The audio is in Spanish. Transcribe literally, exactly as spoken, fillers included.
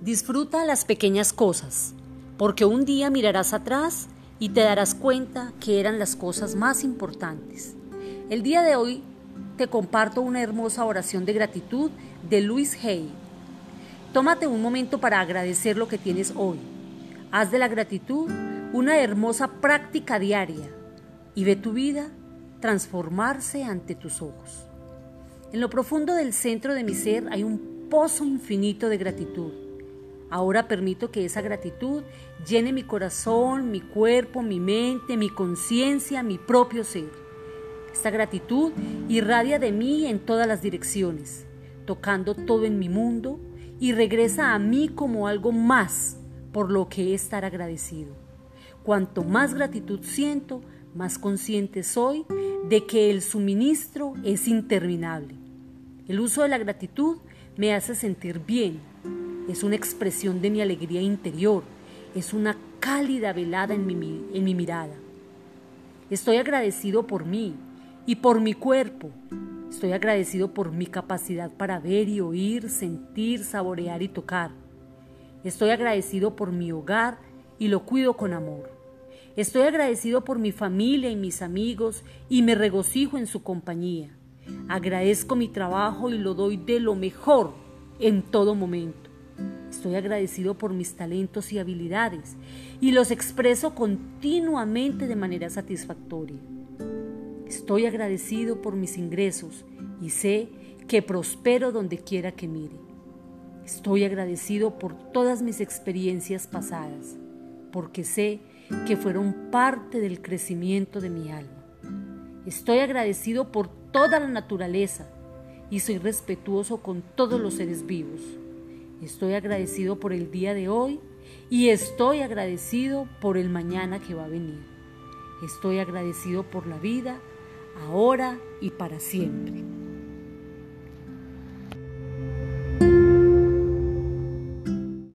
Disfruta las pequeñas cosas, porque un día mirarás atrás y te darás cuenta que eran las cosas más importantes. El día de hoy te comparto una hermosa oración de gratitud de Louise Hay. Tómate un momento para agradecer lo que tienes hoy. Haz de la gratitud una hermosa práctica diaria y ve tu vida transformarse ante tus ojos. En lo profundo del centro de mi ser hay un pozo infinito de gratitud. Ahora permito que esa gratitud llene mi corazón, mi cuerpo, mi mente, mi conciencia, mi propio ser. Esta gratitud irradia de mí en todas las direcciones, tocando todo en mi mundo y regresa a mí como algo más por lo que estar agradecido. Cuanto más gratitud siento, más consciente soy de que el suministro es interminable. El uso de la gratitud me hace sentir bien. Es una expresión de mi alegría interior, es una cálida velada en mi, en mi mirada. Estoy agradecido por mí y por mi cuerpo. Estoy agradecido por mi capacidad para ver y oír, sentir, saborear y tocar. Estoy agradecido por mi hogar y lo cuido con amor. Estoy agradecido por mi familia y mis amigos y me regocijo en su compañía. Agradezco mi trabajo y lo doy de lo mejor en todo momento. Estoy agradecido por mis talentos y habilidades y los expreso continuamente de manera satisfactoria. Estoy agradecido por mis ingresos y sé que prospero donde quiera que mire. Estoy agradecido por todas mis experiencias pasadas, porque sé que fueron parte del crecimiento de mi alma. Estoy agradecido por toda la naturaleza y soy respetuoso con todos los seres vivos. Estoy agradecido por el día de hoy y estoy agradecido por el mañana que va a venir. Estoy agradecido por la vida, ahora y para siempre.